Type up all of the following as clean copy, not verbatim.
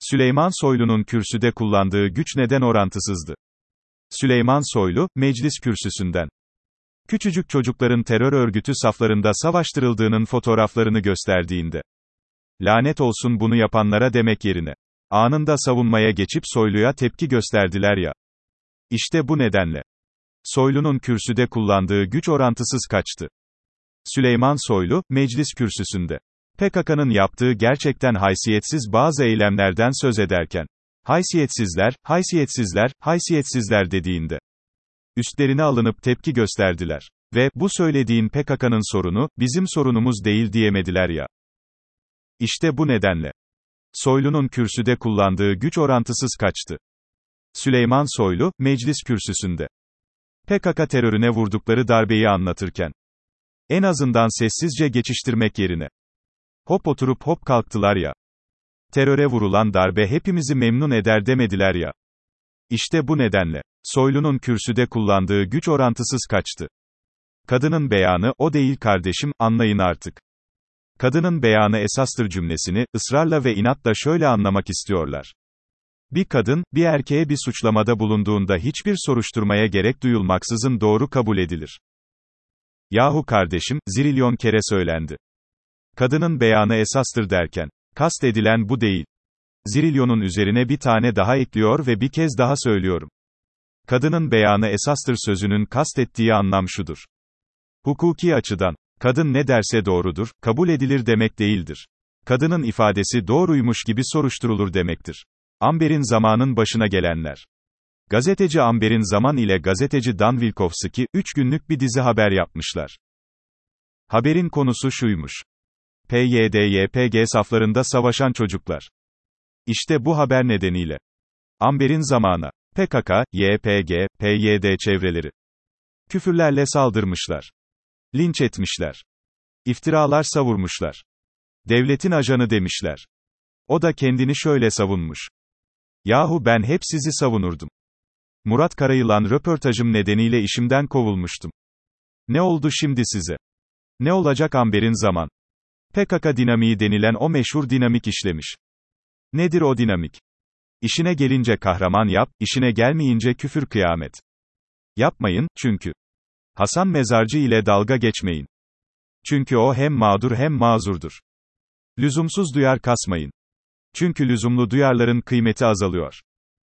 Süleyman Soylu'nun kürsüde kullandığı güç neden orantısızdı? Süleyman Soylu, meclis kürsüsünden küçücük çocukların terör örgütü saflarında savaştırıldığının fotoğraflarını gösterdiğinde, lanet olsun bunu yapanlara demek yerine, anında savunmaya geçip Soylu'ya tepki gösterdiler ya. İşte bu nedenle, Soylu'nun kürsüde kullandığı güç orantısız kaçtı. Süleyman Soylu, meclis kürsüsünde, PKK'nın yaptığı gerçekten haysiyetsiz bazı eylemlerden söz ederken, haysiyetsizler, haysiyetsizler, haysiyetsizler dediğinde, üstlerine alınıp tepki gösterdiler. Ve, bu söylediğin PKK'nın sorunu, bizim sorunumuz değil diyemediler ya. İşte bu nedenle, Soylu'nun kürsüde kullandığı güç orantısız kaçtı. Süleyman Soylu, meclis kürsüsünde, PKK terörüne vurdukları darbeyi anlatırken, en azından sessizce geçiştirmek yerine, hop oturup hop kalktılar ya. Teröre vurulan darbe hepimizi memnun eder demediler ya. İşte bu nedenle, Soylu'nun kürsüde kullandığı güç orantısız kaçtı. Kadının beyanı, o değil kardeşim, anlayın artık. Kadının beyanı esastır cümlesini, ısrarla ve inatla şöyle anlamak istiyorlar. Bir kadın, bir erkeğe bir suçlamada bulunduğunda hiçbir soruşturmaya gerek duyulmaksızın doğru kabul edilir. Yahu kardeşim, zirilyon kere söylendi. Kadının beyanı esastır derken, kast edilen bu değil. Zirilyonun üzerine bir tane daha ekliyor ve bir kez daha söylüyorum. Kadının beyanı esastır sözünün kastettiği anlam şudur. Hukuki açıdan, kadın ne derse doğrudur, kabul edilir demek değildir. Kadının ifadesi doğruymuş gibi soruşturulur demektir. Amber'in Zaman'ın başına gelenler. Gazeteci Amber'in Zaman ile gazeteci Dan Wilkowski, 3 günlük bir dizi haber yapmışlar. Haberin konusu şuymuş. PYD-YPG saflarında savaşan çocuklar. İşte bu haber nedeniyle, Amber'in Zaman'a, PKK, YPG, PYD çevreleri, küfürlerle saldırmışlar. Linç etmişler. İftiralar savurmuşlar. Devletin ajanı demişler. O da kendini şöyle savunmuş. Yahu ben hep sizi savunurdum. Murat Karayılan röportajım nedeniyle işimden kovulmuştum. Ne oldu şimdi size? Ne olacak Amber'in Zaman? PKK dinamiği denilen o meşhur dinamik işlemiş. Nedir o dinamik? İşine gelince kahraman yap, işine gelmeyince küfür kıyamet. Yapmayın, çünkü. Hasan Mezarcı ile dalga geçmeyin. Çünkü o hem mağdur hem mazurdur. Lüzumsuz duyar kasmayın. Çünkü lüzumlu duyarların kıymeti azalıyor.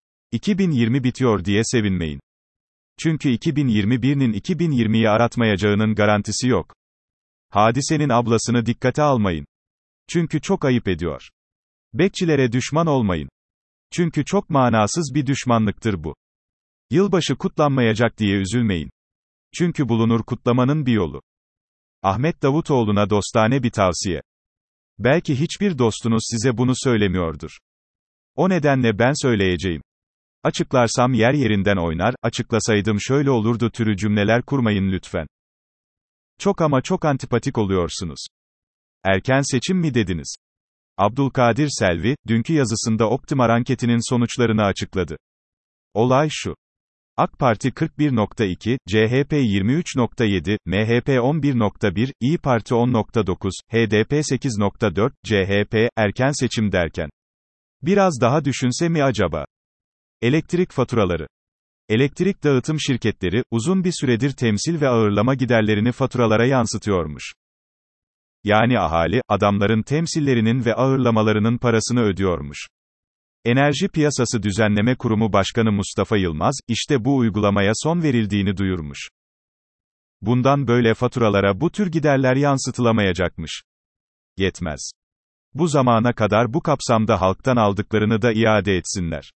2020 bitiyor diye sevinmeyin. Çünkü 2021'nin 2020'yi aratmayacağının garantisi yok. Hadisenin ablasını dikkate almayın. Çünkü çok ayıp ediyor. Bekçilere düşman olmayın. Çünkü çok manasız bir düşmanlıktır bu. Yılbaşı kutlanmayacak diye üzülmeyin. Çünkü bulunur kutlamanın bir yolu. Ahmet Davutoğlu'na dostane bir tavsiye. Belki hiçbir dostunuz size bunu söylemiyordur. O nedenle ben söyleyeceğim. Açıklarsam yer yerinden oynar, açıklasaydım şöyle olurdu türü cümleler kurmayın lütfen. Çok ama çok antipatik oluyorsunuz. Erken seçim mi dediniz? Abdülkadir Selvi, dünkü yazısında Optimar anketinin sonuçlarını açıkladı. Olay şu. AK Parti 41.2, CHP 23.7, MHP 11.1, İyi Parti 10.9, HDP 8.4, CHP, erken seçim derken. Biraz daha düşünse mi acaba? Elektrik faturaları. Elektrik dağıtım şirketleri, uzun bir süredir temsil ve ağırlama giderlerini faturalara yansıtıyormuş. Yani ahali, adamların temsillerinin ve ağırlamalarının parasını ödüyormuş. Enerji Piyasası Düzenleme Kurumu Başkanı Mustafa Yılmaz, işte bu uygulamaya son verildiğini duyurmuş. Bundan böyle faturalara bu tür giderler yansıtılamayacakmış. Yetmez. Bu zamana kadar bu kapsamda halktan aldıklarını da iade etsinler.